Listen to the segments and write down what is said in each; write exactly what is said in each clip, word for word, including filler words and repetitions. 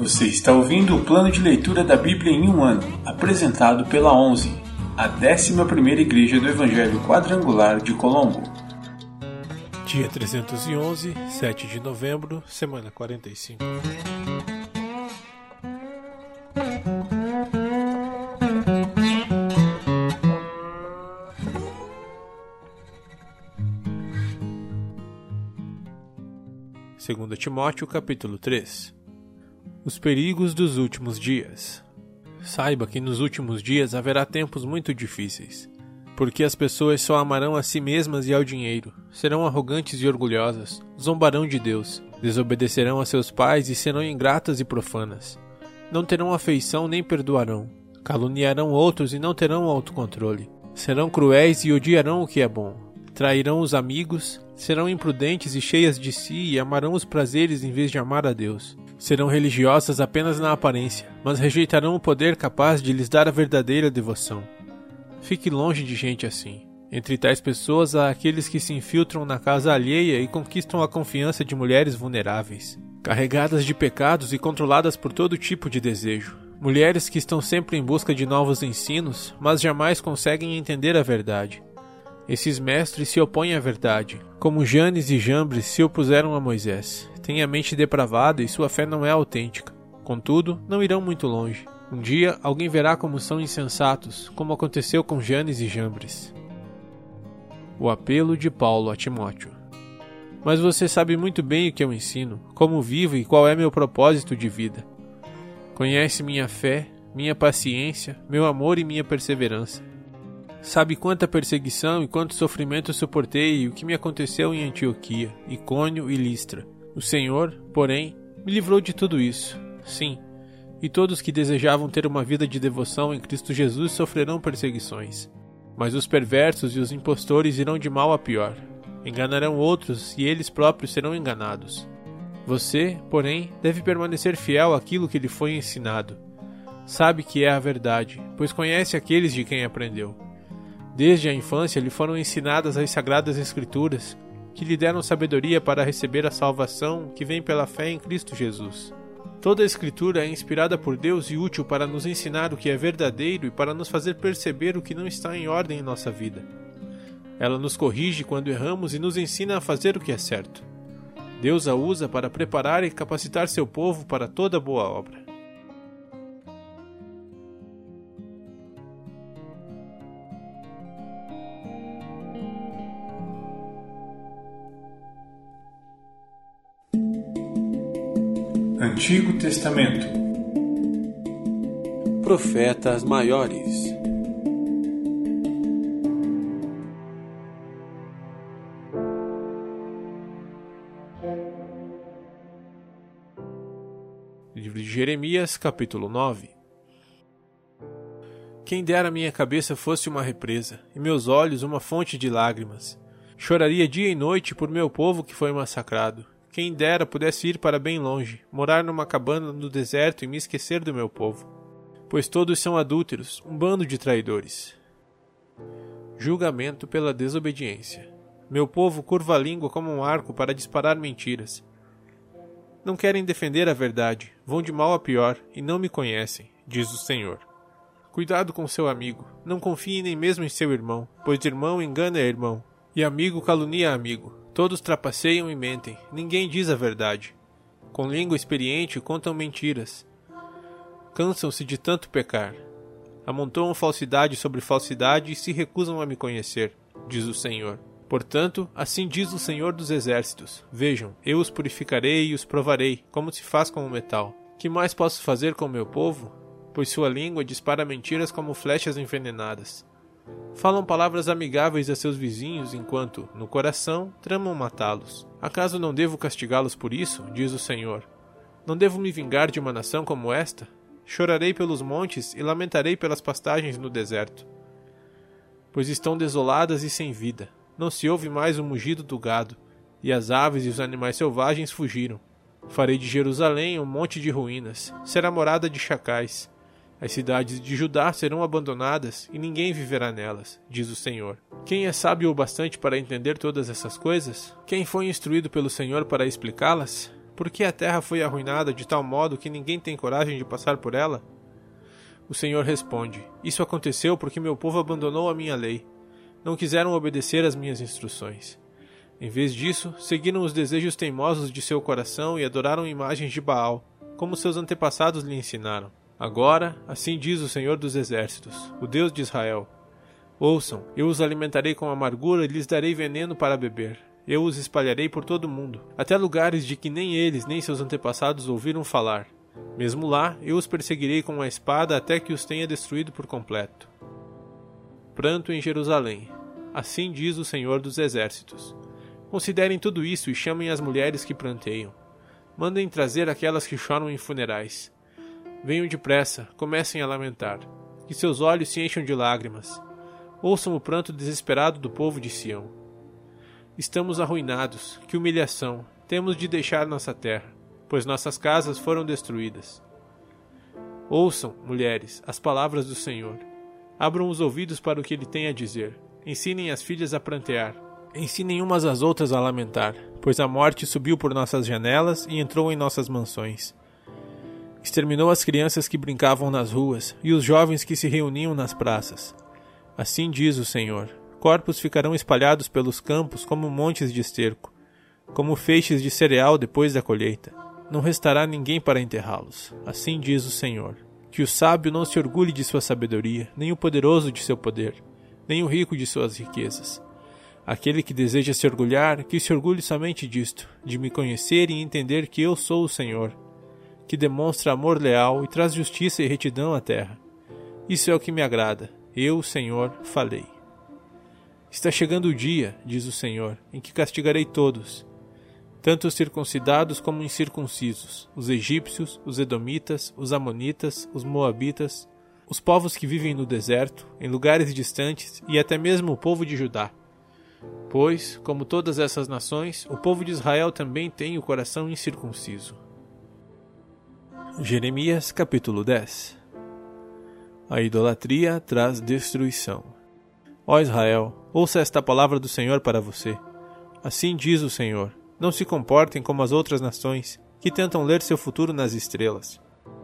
Você está ouvindo o plano de leitura da Bíblia em um ano, apresentado pela onze, a décima primeira Igreja do Evangelho Quadrangular de Colombo. Dia trezentos e onze, sete de novembro, semana quarenta e cinco. Segundo Timóteo, capítulo três. Os perigos dos últimos dias. Saiba que nos últimos dias haverá tempos muito difíceis, porque as pessoas só amarão a si mesmas e ao dinheiro, serão arrogantes e orgulhosas, zombarão de Deus, desobedecerão a seus pais e serão ingratas e profanas. Não terão afeição nem perdoarão, caluniarão outros e não terão autocontrole, serão cruéis e odiarão o que é bom, trairão os amigos, serão imprudentes e cheias de si e amarão os prazeres em vez de amar a Deus. Serão religiosas apenas na aparência, mas rejeitarão o poder capaz de lhes dar a verdadeira devoção. Fique longe de gente assim. Entre tais pessoas há aqueles que se infiltram na casa alheia e conquistam a confiança de mulheres vulneráveis, carregadas de pecados e controladas por todo tipo de desejo. Mulheres que estão sempre em busca de novos ensinos, mas jamais conseguem entender a verdade. Esses mestres se opõem à verdade, como Janes e Jambres se opuseram a Moisés. Têm a mente depravada e sua fé não é autêntica. Contudo, não irão muito longe. Um dia, alguém verá como são insensatos, como aconteceu com Janes e Jambres. O apelo de Paulo a Timóteo. Mas você sabe muito bem o que eu ensino, como vivo e qual é meu propósito de vida. Conhece minha fé, minha paciência, meu amor e minha perseverança. Sabe quanta perseguição e quanto sofrimento suportei e o que me aconteceu em Antioquia, Icônio e Listra. O Senhor, porém, me livrou de tudo isso. Sim, e todos que desejavam ter uma vida de devoção em Cristo Jesus sofrerão perseguições. Mas os perversos e os impostores irão de mal a pior. Enganarão outros e eles próprios serão enganados. Você, porém, deve permanecer fiel àquilo que lhe foi ensinado. Sabe que é a verdade, pois conhece aqueles de quem aprendeu. Desde a infância lhe foram ensinadas as Sagradas Escrituras, que lhe deram sabedoria para receber a salvação que vem pela fé em Cristo Jesus. Toda a Escritura é inspirada por Deus e útil para nos ensinar o que é verdadeiro e para nos fazer perceber o que não está em ordem em nossa vida. Ela nos corrige quando erramos e nos ensina a fazer o que é certo. Deus a usa para preparar e capacitar seu povo para toda boa obra. Antigo Testamento. Profetas maiores. Livro de Jeremias, capítulo nove. Quem dera minha cabeça fosse uma represa, e meus olhos uma fonte de lágrimas. Choraria dia e noite por meu povo que foi massacrado. Quem dera pudesse ir para bem longe, morar numa cabana no deserto e me esquecer do meu povo. Pois todos são adúlteros, um bando de traidores. Julgamento pela desobediência. Meu povo curva a língua como um arco para disparar mentiras. Não querem defender a verdade, vão de mal a pior e não me conhecem, diz o Senhor. Cuidado com seu amigo, não confie nem mesmo em seu irmão, pois irmão engana irmão, e amigo calunia amigo. Todos trapaceiam e mentem, ninguém diz a verdade. Com língua experiente contam mentiras. Cansam-se de tanto pecar. Amontoam falsidade sobre falsidade e se recusam a me conhecer, diz o Senhor. Portanto, assim diz o Senhor dos Exércitos. Vejam, eu os purificarei e os provarei, como se faz com o metal. Que mais posso fazer com meu povo? Pois sua língua dispara mentiras como flechas envenenadas. Falam palavras amigáveis a seus vizinhos, enquanto, no coração, tramam matá-los. Acaso não devo castigá-los por isso? Diz o Senhor. Não devo me vingar de uma nação como esta? Chorarei pelos montes e lamentarei pelas pastagens no deserto. Pois estão desoladas e sem vida. Não se ouve mais o mugido do gado, e as aves e os animais selvagens fugiram. Farei de Jerusalém um monte de ruínas, será morada de chacais. As cidades de Judá serão abandonadas e ninguém viverá nelas, diz o Senhor. Quem é sábio o bastante para entender todas essas coisas? Quem foi instruído pelo Senhor para explicá-las? por que a terra foi arruinada de tal modo que ninguém tem coragem de passar por ela? O Senhor responde: Isso aconteceu porque meu povo abandonou a minha lei. Não quiseram obedecer às minhas instruções. Em vez disso, seguiram os desejos teimosos de seu coração e adoraram imagens de Baal, como seus antepassados lhe ensinaram. Agora, assim diz o Senhor dos Exércitos, o Deus de Israel: Ouçam, eu os alimentarei com amargura e lhes darei veneno para beber. Eu os espalharei por todo o mundo, até lugares de que nem eles nem seus antepassados ouviram falar. Mesmo lá, eu os perseguirei com a espada até que os tenha destruído por completo. Pranto em Jerusalém. Assim diz o Senhor dos Exércitos. Considerem tudo isso e chamem as mulheres que pranteiam. Mandem trazer aquelas que choram em funerais. Venham depressa, comecem a lamentar. Que seus olhos se encham de lágrimas. Ouçam o pranto desesperado do povo de Sião. Estamos arruinados, que humilhação, temos de deixar nossa terra, pois nossas casas foram destruídas. Ouçam, mulheres, as palavras do Senhor. Abram os ouvidos para o que ele tem a dizer. Ensinem as filhas a prantear. Ensinem umas às outras a lamentar, pois a morte subiu por nossas janelas e entrou em nossas mansões. Exterminou as crianças que brincavam nas ruas e os jovens que se reuniam nas praças. Assim diz o Senhor. Corpos ficarão espalhados pelos campos como montes de esterco, como feixes de cereal depois da colheita. Não restará ninguém para enterrá-los. Assim diz o Senhor. Que o sábio não se orgulhe de sua sabedoria, nem o poderoso de seu poder, nem o rico de suas riquezas. Aquele que deseja se orgulhar, que se orgulhe somente disto, de me conhecer e entender que eu sou o Senhor, que demonstra amor leal e traz justiça e retidão à terra. Isso é o que me agrada. Eu, Senhor, falei. Está chegando o dia, diz o Senhor, em que castigarei todos, tanto os circuncidados como os incircuncisos, os egípcios, os edomitas, os amonitas, os moabitas, os povos que vivem no deserto, em lugares distantes e até mesmo o povo de Judá. Pois, como todas essas nações, o povo de Israel também tem o coração incircunciso. Jeremias capítulo dez. A idolatria traz destruição. Ó Israel, ouça esta palavra do Senhor para você. Assim diz o Senhor: não se comportem como as outras nações, que tentam ler seu futuro nas estrelas.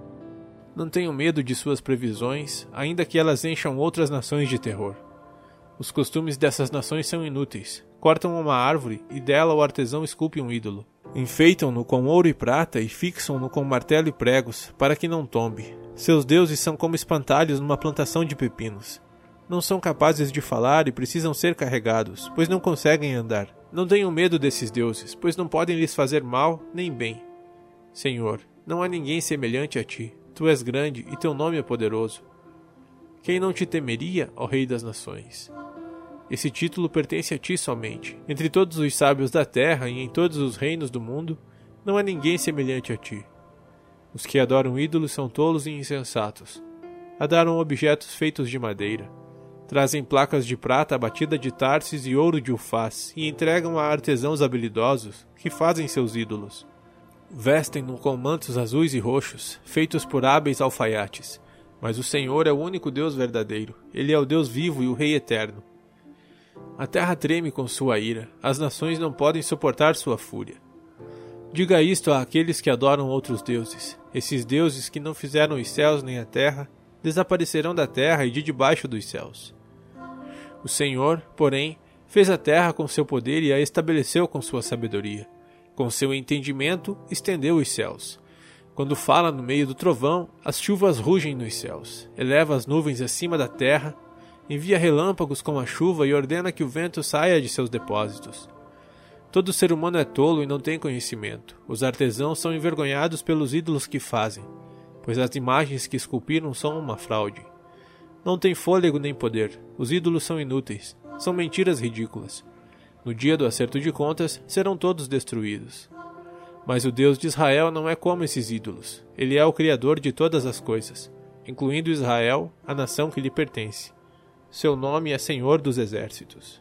Não tenham medo de suas previsões, ainda que elas encham outras nações de terror. Os costumes dessas nações são inúteis. Cortam uma árvore e dela o artesão esculpe um ídolo. Enfeitam-no com ouro e prata e fixam-no com martelo e pregos, para que não tombe. Seus deuses são como espantalhos numa plantação de pepinos. Não são capazes de falar e precisam ser carregados, pois não conseguem andar. Não tenham medo desses deuses, pois não podem lhes fazer mal nem bem. Senhor, não há ninguém semelhante a ti. Tu és grande e teu nome é poderoso. Quem não te temeria, ó Rei das Nações? Esse título pertence a ti somente. Entre todos os sábios da terra e em todos os reinos do mundo, não há ninguém semelhante a ti. Os que adoram ídolos são tolos e insensatos. Adoram objetos feitos de madeira. Trazem placas de prata abatida de Tarsis e ouro de Ufaz e entregam a artesãos habilidosos que fazem seus ídolos. Vestem-no com mantos azuis e roxos, feitos por hábeis alfaiates. Mas o Senhor é o único Deus verdadeiro. Ele é o Deus vivo e o Rei eterno. A terra treme com sua ira. As nações não podem suportar sua fúria. Diga isto àqueles que adoram outros deuses. Esses deuses que não fizeram os céus nem a terra, desaparecerão da terra e de debaixo dos céus. O Senhor, porém, fez a terra com seu poder e a estabeleceu com sua sabedoria. Com seu entendimento, estendeu os céus. Quando fala no meio do trovão, as chuvas rugem nos céus. Eleva as nuvens acima da terra, envia relâmpagos com a chuva e ordena que o vento saia de seus depósitos. Todo ser humano é tolo e não tem conhecimento. Os artesãos são envergonhados pelos ídolos que fazem, pois as imagens que esculpiram são uma fraude. Não tem fôlego nem poder. Os ídolos são inúteis. São mentiras ridículas. No dia do acerto de contas, serão todos destruídos. Mas o Deus de Israel não é como esses ídolos. Ele é o Criador de todas as coisas, incluindo Israel, a nação que lhe pertence. Seu nome é Senhor dos Exércitos.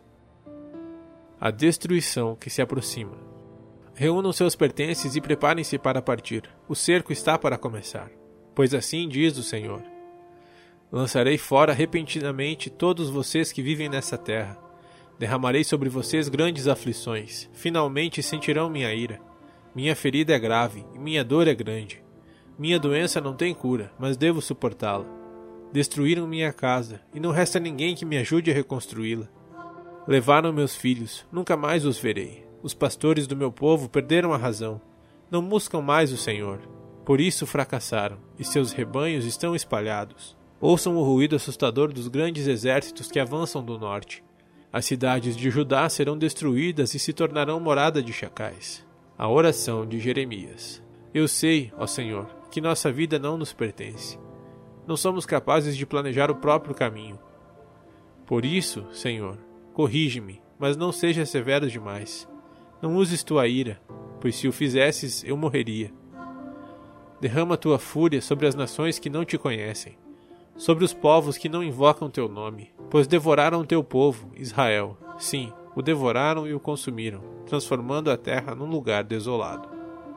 A destruição que se aproxima. Reúnam seus pertences e preparem-se para partir. O cerco está para começar. Pois assim diz o Senhor: lançarei fora repentinamente todos vocês que vivem nessa terra. Derramarei sobre vocês grandes aflições. Finalmente sentirão minha ira. Minha ferida é grave e minha dor é grande. Minha doença não tem cura, mas devo suportá-la. Destruíram minha casa, e não resta ninguém que me ajude a reconstruí-la. Levaram meus filhos, nunca mais os verei. Os pastores do meu povo perderam a razão. Não buscam mais o Senhor. Por isso fracassaram, e seus rebanhos estão espalhados. Ouçam o ruído assustador dos grandes exércitos que avançam do norte. As cidades de Judá serão destruídas e se tornarão morada de chacais. A oração de Jeremias. Eu sei, ó Senhor, que nossa vida não nos pertence. Não somos capazes de planejar o próprio caminho. Por isso, Senhor, corrige-me, mas não seja severo demais. Não uses tua ira, pois se o fizesses, eu morreria. Derrama tua fúria sobre as nações que não te conhecem, sobre os povos que não invocam teu nome, pois devoraram teu povo, Israel. Sim, o devoraram e o consumiram, transformando a terra num lugar desolado.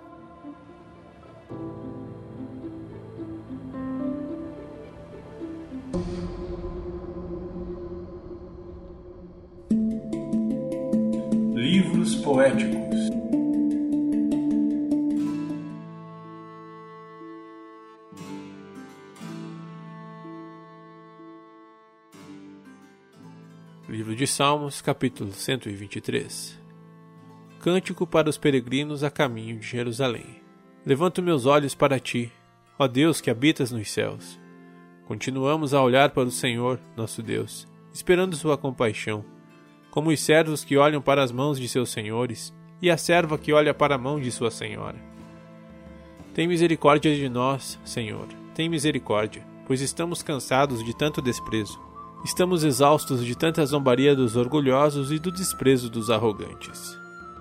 Livros poéticos. Livro de Salmos, capítulo cento e vinte e três. Cântico para os peregrinos a caminho de Jerusalém. Levanto meus olhos para ti, ó Deus que habitas nos céus. Continuamos a olhar para o Senhor, nosso Deus, esperando sua compaixão, como os servos que olham para as mãos de seus senhores e a serva que olha para a mão de sua senhora. Tem misericórdia de nós, Senhor, tem misericórdia, pois estamos cansados de tanto desprezo. Estamos exaustos de tanta zombaria dos orgulhosos e do desprezo dos arrogantes.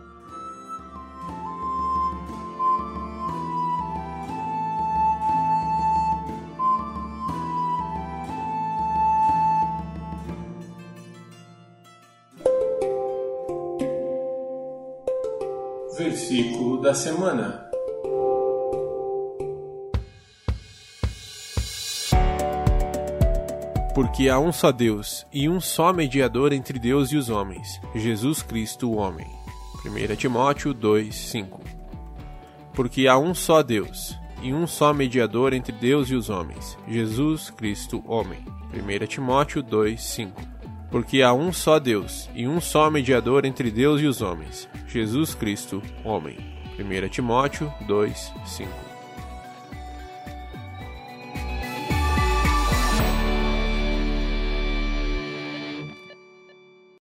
Versículo da semana. Porque há um só Deus, e um só mediador entre Deus e os homens, Jesus Cristo, o homem. primeira Timóteo dois, cinco. Porque há um só Deus, e um só mediador entre Deus e os homens, Jesus Cristo, homem. primeira Timóteo dois, cinco. Porque há um só Deus, e um só mediador entre Deus e os homens, Jesus Cristo, homem. primeira Timóteo dois, cinco.